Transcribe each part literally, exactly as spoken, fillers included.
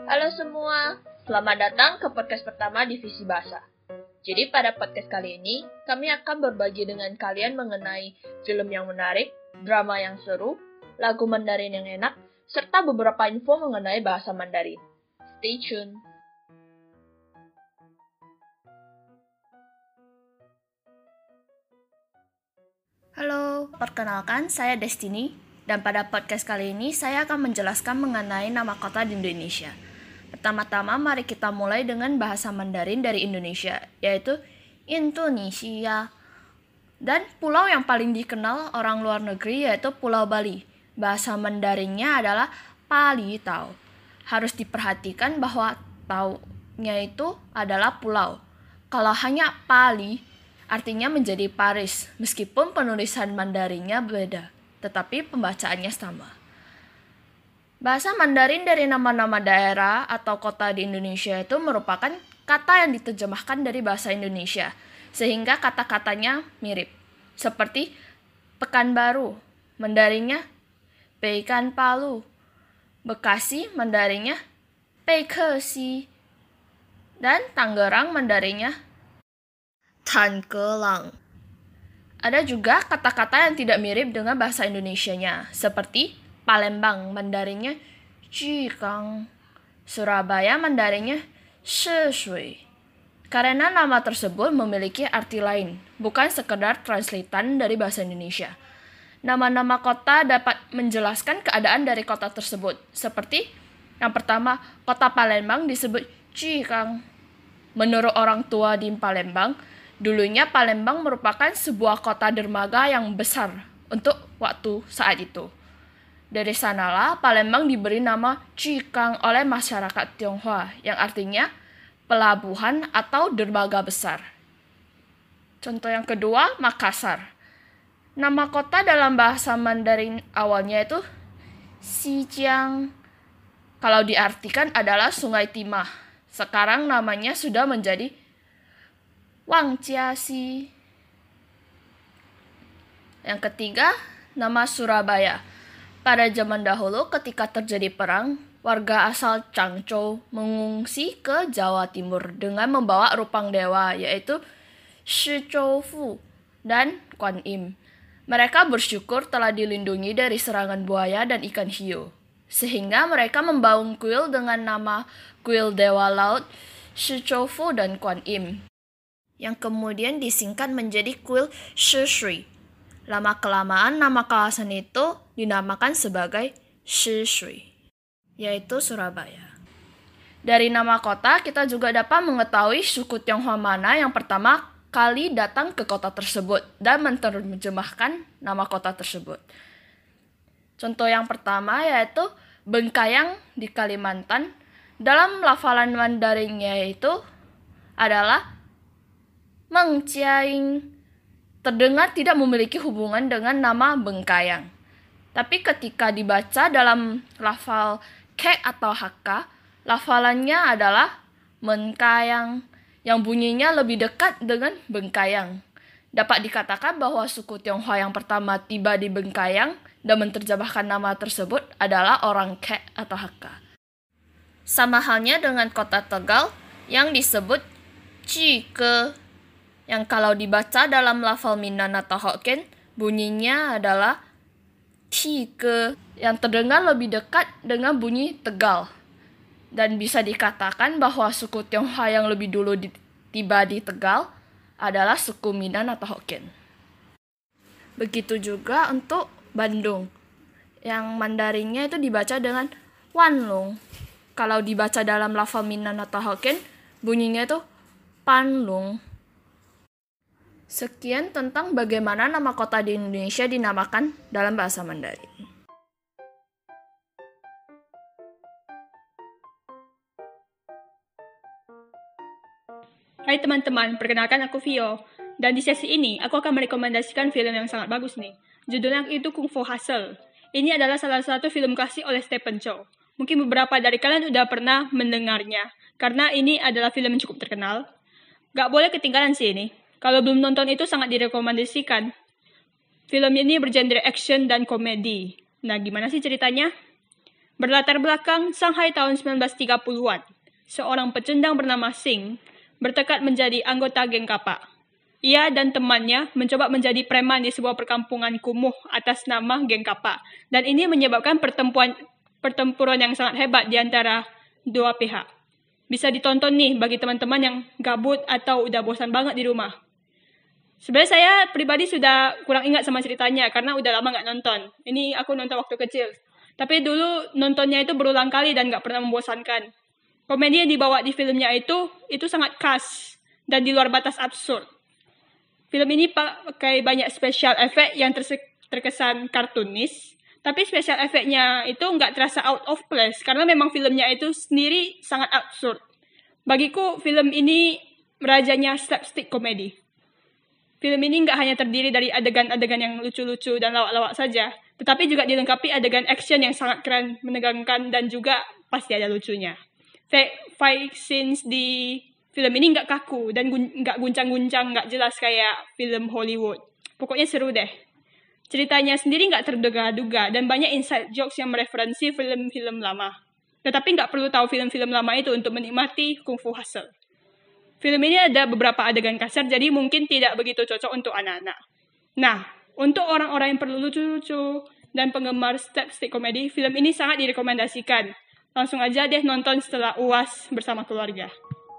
Halo semua, selamat datang ke podcast pertama Divisi Bahasa. Jadi pada podcast kali ini, kami akan berbagi dengan kalian mengenai film yang menarik, drama yang seru, lagu Mandarin yang enak, serta beberapa info mengenai bahasa Mandarin. Stay tune! Halo, perkenalkan saya Destiny, dan pada podcast kali ini saya akan menjelaskan mengenai nama kota di Indonesia. Pertama-tama mari kita mulai dengan bahasa Mandarin dari Indonesia, yaitu Indonesia. Dan pulau yang paling dikenal orang luar negeri yaitu Pulau Bali. Bahasa Mandarinnya adalah Pali Tau. Harus diperhatikan bahwa taunya itu adalah pulau. Kalau hanya Pali, artinya menjadi Paris, meskipun penulisan Mandarinnya beda, tetapi pembacaannya sama. Bahasa Mandarin dari nama-nama daerah atau kota di Indonesia itu merupakan kata yang diterjemahkan dari bahasa Indonesia, sehingga kata-katanya mirip. Seperti Pekanbaru, Mandarinnya Pekanbaru. Bekasi, Mandarinnya Bekasi. Dan Tangerang, Mandarinnya Tangerang. Ada juga kata-kata yang tidak mirip dengan bahasa Indonesianya, seperti Palembang, Mandarinnya Jigang. Surabaya, Mandarinnya Shishui. Karena nama tersebut memiliki arti lain, bukan sekedar translatean dari bahasa Indonesia. Nama-nama kota dapat menjelaskan keadaan dari kota tersebut, seperti yang pertama, kota Palembang disebut Jigang. Menurut orang tua di Palembang, dulunya Palembang merupakan sebuah kota dermaga yang besar untuk waktu saat itu. Dari sanalah Palembang diberi nama Jigang oleh masyarakat Tionghoa, yang artinya pelabuhan atau dermaga besar. Contoh yang kedua, Makassar. Nama kota dalam bahasa Mandarin awalnya itu Xinjiang. Kalau diartikan adalah Sungai Timah. Sekarang namanya sudah menjadi Wangjiasi. Yang ketiga, nama Surabaya. Pada zaman dahulu ketika terjadi perang, warga asal Changzhou mengungsi ke Jawa Timur dengan membawa rupang dewa, yaitu Shizhoufu dan Kuan Im. Mereka bersyukur telah dilindungi dari serangan buaya dan ikan hiu, sehingga mereka membangun kuil dengan nama Kuil Dewa Laut Shizhoufu dan Kuan Im, yang kemudian disingkat menjadi Kuil Shishui. Lama-kelamaan nama kawasan itu dinamakan sebagai Shishui, yaitu Surabaya. Dari nama kota, kita juga dapat mengetahui suku Tionghoa mana yang pertama kali datang ke kota tersebut dan menerjemahkan nama kota tersebut. Contoh yang pertama yaitu Bengkayang di Kalimantan. Dalam lafalan Mandarinnya itu adalah Mengjiaing. Terdengar tidak memiliki hubungan dengan nama Bengkayang. Tapi ketika dibaca dalam lafal K atau H K, lafalannya adalah Menkayang, yang bunyinya lebih dekat dengan Bengkayang. Dapat dikatakan bahwa suku Tionghoa yang pertama tiba di Bengkayang dan menerjemahkan nama tersebut adalah orang K atau H K. Sama halnya dengan kota Tegal yang disebut Jike, yang kalau dibaca dalam lafal Minnan atau Hokkien, bunyinya adalah Tike, yang terdengar lebih dekat dengan bunyi Tegal. Dan bisa dikatakan bahwa suku Tionghoa yang lebih dulu di, tiba di Tegal adalah suku Minnan atau Hokkien. Begitu juga untuk Bandung, yang Mandarinnya itu dibaca dengan Wanlong. Kalau dibaca dalam lafal Minnan atau Hokkien, bunyinya itu Panlong. Sekian tentang bagaimana nama kota di Indonesia dinamakan dalam bahasa Mandarin. Hai teman-teman, perkenalkan aku Vio. Dan di sesi ini, aku akan merekomendasikan film yang sangat bagus nih. Judulnya itu Kung Fu Hustle. Ini adalah salah satu film klasik oleh Stephen Chow. Mungkin beberapa dari kalian udah pernah mendengarnya, karena ini adalah film yang cukup terkenal. Gak boleh ketinggalan sih ini. Kalau belum nonton itu sangat direkomendasikan. Film ini bergenre action dan komedi. Nah, gimana sih ceritanya? Berlatar belakang Shanghai tahun sembilan belas tiga puluhan, seorang pecundang bernama Singh bertekad menjadi anggota geng Kappa. Ia dan temannya mencoba menjadi preman di sebuah perkampungan kumuh atas nama geng Kappa, dan ini menyebabkan pertempuran pertempuran yang sangat hebat di antara dua pihak. Bisa ditonton nih bagi teman-teman yang gabut atau udah bosan banget di rumah. Sebenarnya saya pribadi sudah kurang ingat sama ceritanya karena udah lama nggak nonton. Ini aku nonton waktu kecil. Tapi dulu nontonnya itu berulang kali dan nggak pernah membosankan. Komedi yang dibawa di filmnya itu, itu sangat khas dan di luar batas absurd. Film ini pakai banyak special effect yang terkesan kartunis, tapi special effect-nya itu nggak terasa out of place karena memang filmnya itu sendiri sangat absurd. Bagiku film ini rajanya slapstick komedi. Film ini nggak hanya terdiri dari adegan-adegan yang lucu-lucu dan lawak-lawak saja, tetapi juga dilengkapi adegan action yang sangat keren, menegangkan, dan juga pasti ada lucunya. Fight scenes di film ini nggak kaku dan nggak guncang-guncang, nggak jelas kayak film Hollywood. Pokoknya seru deh. Ceritanya sendiri nggak terduga-duga dan banyak inside jokes yang mereferensi film-film lama. Tetapi nggak perlu tahu film-film lama itu untuk menikmati Kung Fu Hustle. Film ini ada beberapa adegan kasar, jadi mungkin tidak begitu cocok untuk anak-anak. Nah, untuk orang-orang yang perlu lucu-lucu dan penggemar slapstick komedi, film ini sangat direkomendasikan. Langsung aja deh nonton setelah U A S bersama keluarga.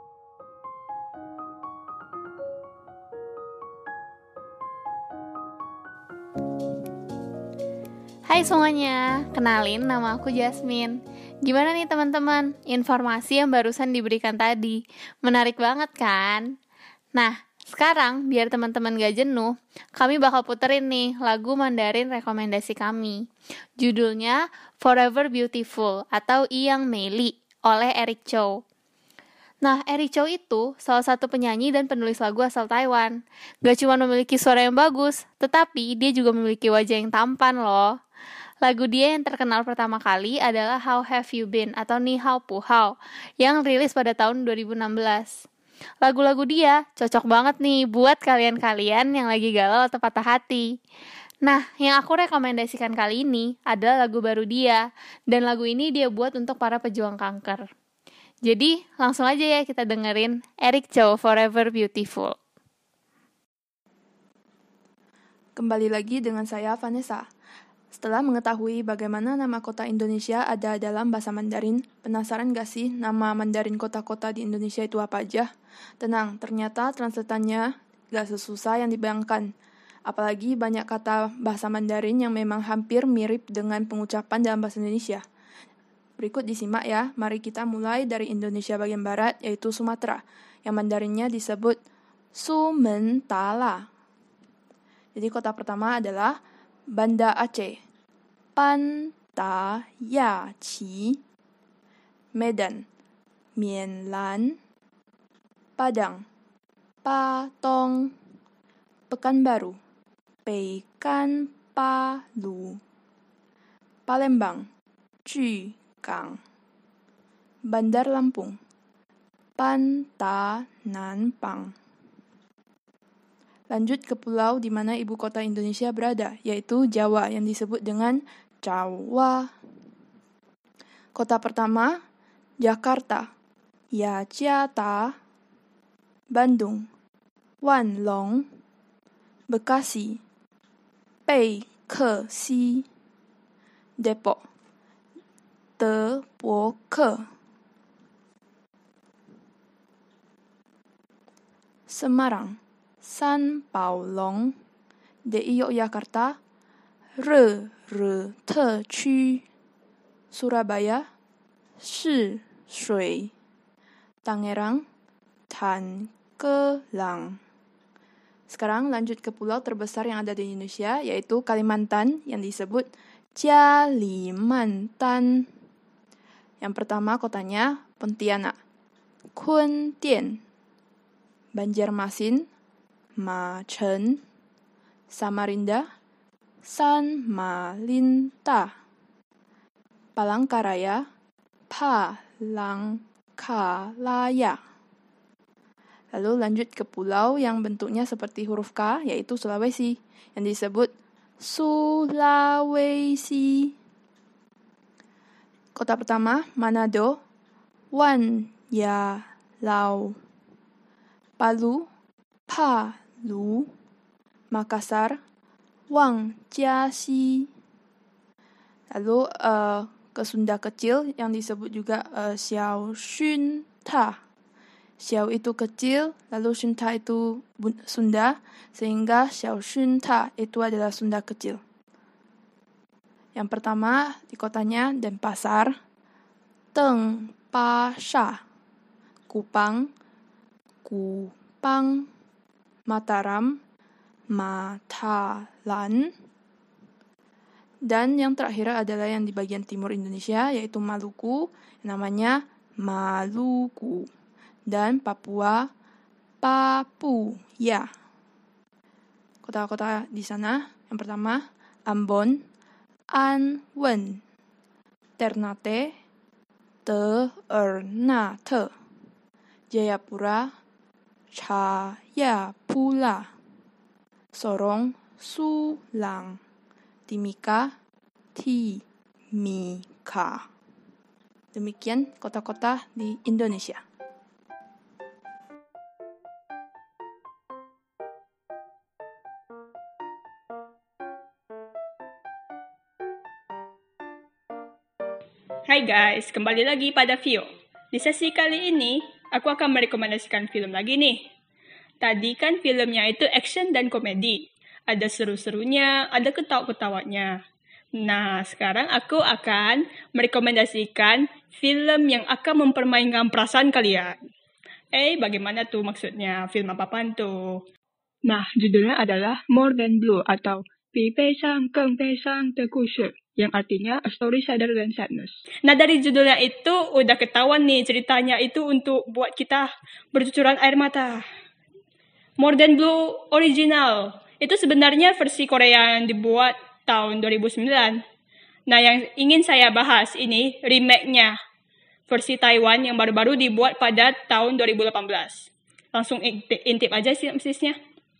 Hai semuanya, kenalin nama aku Jasmine. Gimana nih teman-teman? Informasi yang barusan diberikan tadi menarik banget kan? Nah, sekarang biar teman-teman gak jenuh, kami bakal puterin nih lagu Mandarin rekomendasi kami. Judulnya Forever Beautiful atau Iyang Meili oleh Eric Chou. Nah, Eric Chou itu salah satu penyanyi dan penulis lagu asal Taiwan. Gak cuma memiliki suara yang bagus, tetapi dia juga memiliki wajah yang tampan loh. Lagu dia yang terkenal pertama kali adalah How Have You Been atau Ni Hao Pu Hao yang rilis pada tahun dua ribu enam belas. Lagu-lagu dia cocok banget nih buat kalian-kalian yang lagi galau atau patah hati. Nah, yang aku rekomendasikan kali ini adalah lagu baru dia, dan lagu ini dia buat untuk para pejuang kanker. Jadi, langsung aja ya kita dengerin Eric Chou Forever Beautiful. Kembali lagi dengan saya, Vanessa. Setelah mengetahui bagaimana nama kota Indonesia ada dalam bahasa Mandarin, penasaran gak sih nama Mandarin kota-kota di Indonesia itu apa aja? Tenang, ternyata translatannya gak sesusah yang dibayangkan. Apalagi banyak kata bahasa Mandarin yang memang hampir mirip dengan pengucapan dalam bahasa Indonesia. Berikut disimak ya, mari kita mulai dari Indonesia bagian barat, yaitu Sumatera, yang Mandarinnya disebut Sumentala. Jadi kota pertama adalah Banda Aceh, Pantayaci, Medan, Mienlan, Padang, Patong, Pekanbaru, Pekanbaru, Palembang, Jugang, Bandar Lampung, Pantananpang. Lanjut ke pulau di mana ibu kota Indonesia berada, yaitu Jawa yang disebut dengan Jawa. Kota pertama, Jakarta, Yogyakarta, Bandung, Wanlong, Bekasi, Bekasi, Depok, Depok, Semarang, San Paulong, D I Yogyakarta, Re Re Te Chu, Surabaya, Shi Shui, Tangerang, Tangerang. Sekarang lanjut ke pulau terbesar yang ada di Indonesia, yaitu Kalimantan yang disebut Kalimantan. Yang pertama kotanya Pontianak, Kuntian, Banjarmasin, Machen, Samarinda, Samarinda, Palangkaraya, Palangkaraya. Lalu lanjut ke pulau yang bentuknya seperti huruf K, yaitu Sulawesi, yang disebut Sulawesi. Kota pertama, Manado, Wan Ya Lao. Palu, Palu. Makassar, Wang Jia Xi. Lalu uh, ke Sunda kecil yang disebut juga uh, Xiao Xun Ta. Xiao itu kecil, lalu Xun Ta itu Sunda, sehingga Xiao Xun Ta itu adalah Sunda kecil. Yang pertama di kotanya Denpasar, Deng Pa Sha. Kupang, Kupang. Mataram, Matalan. Dan yang terakhir adalah yang di bagian timur Indonesia, yaitu Maluku, yang namanya Maluku. Dan Papua, Papuya. Kota-kota di sana, yang pertama, Ambon, Anwen. Ternate, Ternate. Jayapura, Chayapula. Sorong, Sulang. Timika, Timika. Demikian kota-kota di Indonesia. Hai guys, kembali lagi pada Vio. Di sesi kali ini, aku akan merekomendasikan film lagi nih. Tadi kan filmnya itu action dan komedi. Ada seru-serunya, ada ketawa-ketawanya. Nah, sekarang aku akan merekomendasikan film yang akan mempermainkan perasaan kalian. Eh, bagaimana tuh maksudnya? Film apa-apaan tuh? Nah, judulnya adalah More Than Blue atau Pi Pei Sang Keng Pei Sang De Kushu, yang artinya A Story Sadder Than Sadness. Nah, dari judulnya itu udah ketahuan nih ceritanya itu untuk buat kita bercucuran air mata. More Than Blue original. Itu sebenarnya versi Korea yang dibuat tahun dua ribu sembilan. Nah, yang ingin saya bahas ini remake-nya. Versi Taiwan yang baru-baru dibuat pada tahun dua ribu delapan belas. Langsung intip aja sinopsisnya.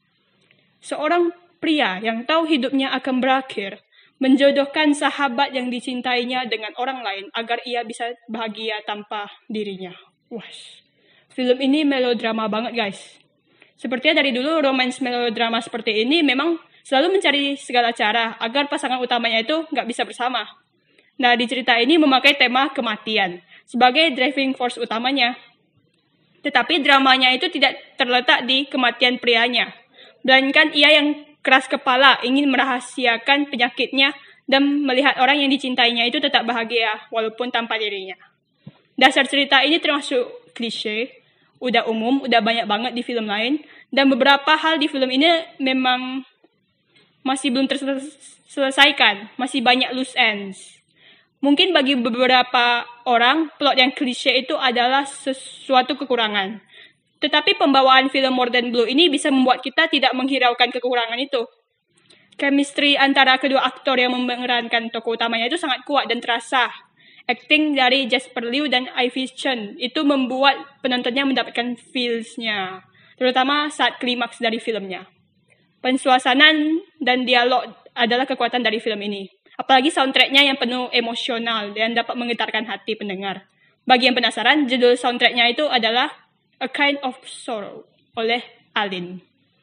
Seorang pria yang tahu hidupnya akan berakhir menjodohkan sahabat yang dicintainya dengan orang lain agar ia bisa bahagia tanpa dirinya. Wah, film ini melodrama banget guys. Sepertinya dari dulu romance melodrama seperti ini memang selalu mencari segala cara agar pasangan utamanya itu nggak bisa bersama. Nah, di cerita ini memakai tema kematian sebagai driving force utamanya. Tetapi dramanya itu tidak terletak di kematian prianya, melainkan ia yang keras kepala ingin merahasiakan penyakitnya dan melihat orang yang dicintainya itu tetap bahagia walaupun tanpa dirinya. Dasar cerita ini termasuk klise, udah umum, udah banyak banget di film lain, dan beberapa hal di film ini memang masih belum terselesaikan, masih banyak loose ends. Mungkin bagi beberapa orang, plot yang klise itu adalah sesuatu kekurangan. Tetapi pembawaan film More Than Blue ini bisa membuat kita tidak menghiraukan kekurangan itu. Chemistry antara kedua aktor yang memerankan tokoh utamanya itu sangat kuat dan terasa. Acting dari Jasper Liu dan Ivy Chen itu membuat penontonnya mendapatkan feels-nya, terutama saat klimaks dari filmnya. Pensuasanan dan dialog adalah kekuatan dari film ini. Apalagi soundtrack-nya yang penuh emosional dan dapat menggetarkan hati pendengar. Bagi yang penasaran, judul soundtrack-nya itu adalah A Kind of Sorrow oleh Alin.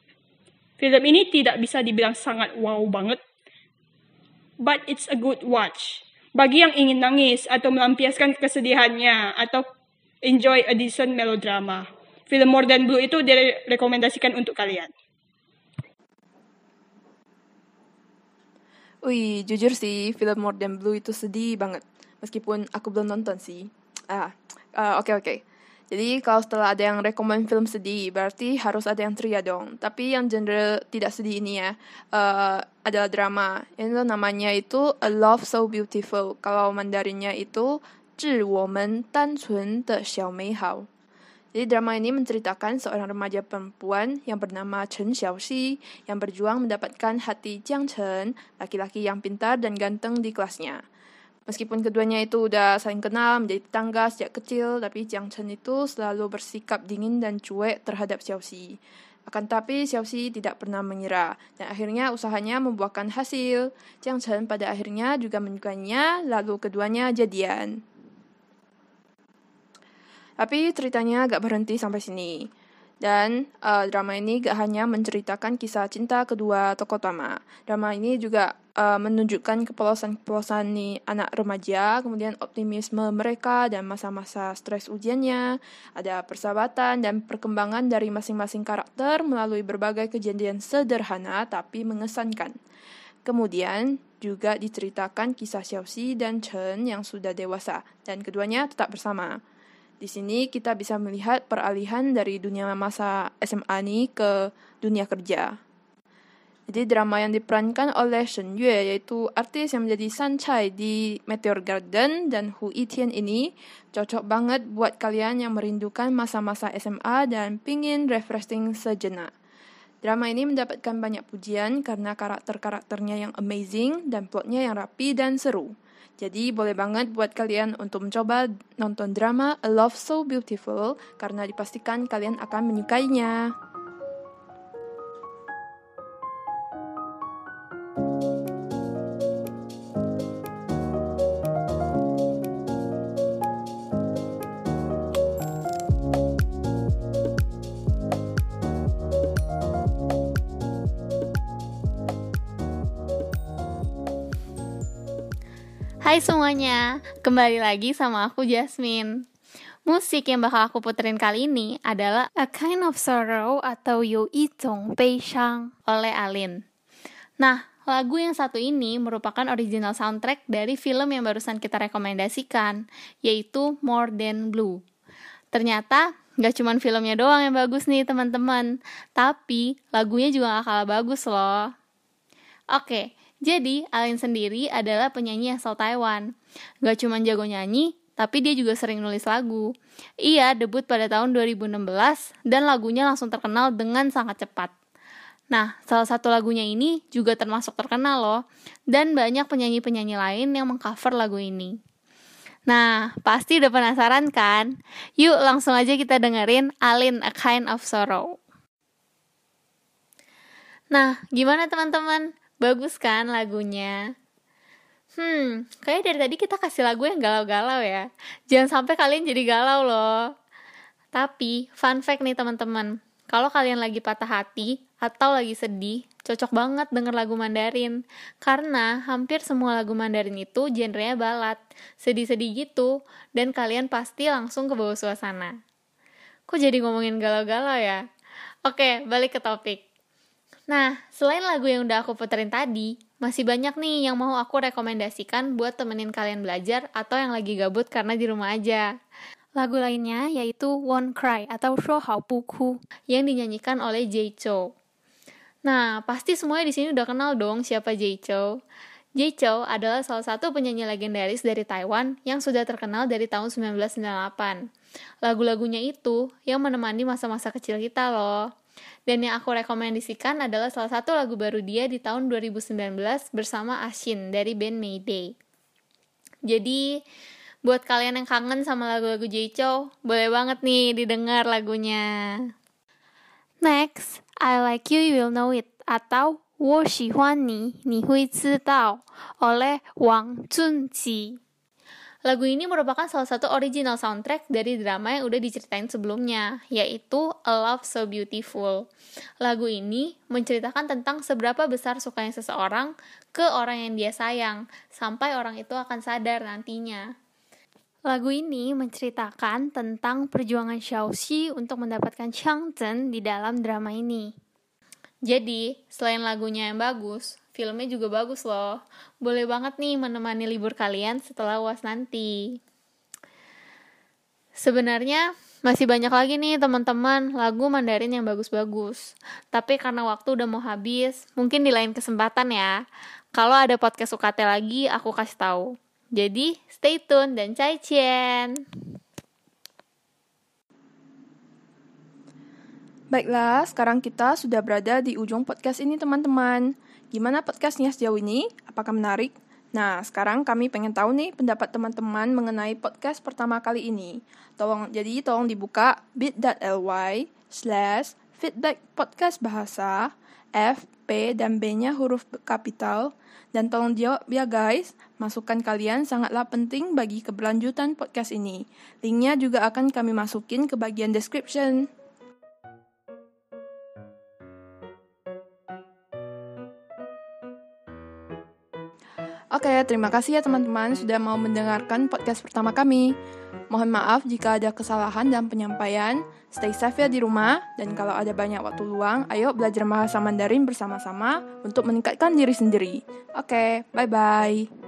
Film ini tidak bisa dibilang sangat wow banget, but it's a good watch. Bagi yang ingin nangis atau melampiaskan kesedihannya atau enjoy a decent melodrama, film More Than Blue itu direkomendasikan untuk kalian. Wih, jujur sih, film More Than Blue itu sedih banget. Meskipun aku belum nonton sih. Ah, uh, oke okay, oke. Okay. Jadi kalau setelah ada yang rekomend film sedih, berarti harus ada yang ceria dong. Tapi yang genre tidak sedih ini ya, uh, adalah drama. Itu namanya itu A Love So Beautiful. Kalau Mandarinnya itu 致我们单纯的小美好. Jadi drama ini menceritakan seorang remaja perempuan yang bernama Chen Xiaoxi yang berjuang mendapatkan hati Jiang Chen, laki-laki yang pintar dan ganteng di kelasnya. Meskipun keduanya itu udah saling kenal, menjadi tetangga sejak kecil, tapi Jiang Chen itu selalu bersikap dingin dan cuek terhadap Xiaoxi. Akan tetapi Xiaoxi tidak pernah menyerah dan akhirnya usahanya membuahkan hasil. Jiang Chen pada akhirnya juga menyukainya, lalu keduanya jadian. Tapi ceritanya gak berhenti sampai sini. Dan uh, drama ini gak hanya menceritakan kisah cinta kedua tokoh utama. Drama ini juga uh, menunjukkan kepolosan-kepolosan nih anak remaja, kemudian optimisme mereka dan masa-masa stres ujiannya. Ada persahabatan dan perkembangan dari masing-masing karakter melalui berbagai kejadian sederhana tapi mengesankan. Kemudian juga diceritakan kisah Xiaoxi dan Chen yang sudah dewasa dan keduanya tetap bersama. Di sini kita bisa melihat peralihan dari dunia masa S M A nih ke dunia kerja. Jadi drama yang diperankan oleh Shen Yue, yaitu artis yang menjadi San Chai di Meteor Garden, dan Hu Yitian ini cocok banget buat kalian yang merindukan masa-masa S M A dan pingin refreshing sejenak. Drama ini mendapatkan banyak pujian karena karakter-karakternya yang amazing dan plotnya yang rapi dan seru. Jadi boleh banget buat kalian untuk mencoba nonton drama A Love So Beautiful karena dipastikan kalian akan menyukainya. Hai semuanya, kembali lagi sama aku Jasmine. Musik yang bakal aku puterin kali ini adalah A Kind of Sorrow atau You Itong Bei Shang oleh Alin. Nah, lagu yang satu ini merupakan original soundtrack dari film yang barusan kita rekomendasikan, yaitu More Than Blue. Ternyata gak cuma filmnya doang yang bagus nih teman-teman, tapi lagunya juga gak kalah bagus loh. Oke, jadi Alin sendiri adalah penyanyi asal Taiwan. Gak cuma jago nyanyi, tapi dia juga sering nulis lagu. Ia debut pada tahun dua ribu enam belas dan lagunya langsung terkenal dengan sangat cepat. Nah, salah satu lagunya ini juga termasuk terkenal loh, dan banyak penyanyi-penyanyi lain yang mengcover lagu ini. Nah, pasti udah penasaran kan? Yuk langsung aja kita dengerin Alin A Kind of Sorrow. Nah, gimana teman-teman? Bagus kan lagunya? Hmm, kayak dari tadi kita kasih lagu yang galau-galau ya. Jangan sampai kalian jadi galau loh. Tapi, fun fact nih teman-teman. Kalau kalian lagi patah hati atau lagi sedih, cocok banget denger lagu Mandarin. Karena hampir semua lagu Mandarin itu genrenya ballad, sedih-sedih gitu, dan kalian pasti langsung ke bawah suasana. Kok jadi ngomongin galau-galau ya? Oke, balik ke topik. Nah, selain lagu yang udah aku puterin tadi, masih banyak nih yang mau aku rekomendasikan buat temenin kalian belajar atau yang lagi gabut karena di rumah aja. Lagu lainnya yaitu Won't Cry atau Shuo Hao Bu Ku yang dinyanyikan oleh Jay Chou. Nah, pasti semuanya di sini udah kenal dong siapa Jay Chou. Jay Chou adalah salah satu penyanyi legendaris dari Taiwan yang sudah terkenal dari tahun sembilan belas sembilan puluh delapan. Lagu-lagunya itu yang menemani masa-masa kecil kita loh. Dan yang aku rekomendasikan adalah salah satu lagu baru dia di tahun dua ribu sembilan belas bersama Ashin dari band Mayday. Jadi, buat kalian yang kangen sama lagu-lagu Jay Chou, boleh banget nih didengar lagunya. Next, I Like You You Will Know It atau 我喜欢你你会知道 oleh Wang Junqi. Lagu ini merupakan salah satu original soundtrack dari drama yang udah diceritain sebelumnya, yaitu A Love So Beautiful. Lagu ini menceritakan tentang seberapa besar sukanya seseorang ke orang yang dia sayang, sampai orang itu akan sadar nantinya. Lagu ini menceritakan tentang perjuangan Xiaoxi untuk mendapatkan Jiang Chen di dalam drama ini. Jadi, selain lagunya yang bagus, filmnya juga bagus loh. Boleh banget nih menemani libur kalian setelah U A S nanti. Sebenarnya masih banyak lagi nih teman-teman lagu Mandarin yang bagus-bagus. Tapi karena waktu udah mau habis, mungkin di lain kesempatan ya. Kalau ada podcast U K T lagi, aku kasih tahu. Jadi, stay tune dan cai cian. Baiklah, sekarang kita sudah berada di ujung podcast ini teman-teman. Gimana podcastnya sejauh ini? Apakah menarik? Nah, sekarang kami pengen tahu nih pendapat teman-teman mengenai podcast pertama kali ini. Tolong, jadi tolong dibuka bit.ly slash feedback podcast bahasa, F, P, dan B-nya huruf kapital, dan tolong jawab ya guys, masukan kalian sangatlah penting bagi keberlanjutan podcast ini. Linknya juga akan kami masukin ke bagian description. Oke, terima kasih ya teman-teman sudah mau mendengarkan podcast pertama kami. Mohon maaf jika ada kesalahan dalam penyampaian. Stay safe ya di rumah, dan kalau ada banyak waktu luang, ayo belajar bahasa Mandarin bersama-sama untuk meningkatkan diri sendiri. Oke, bye-bye.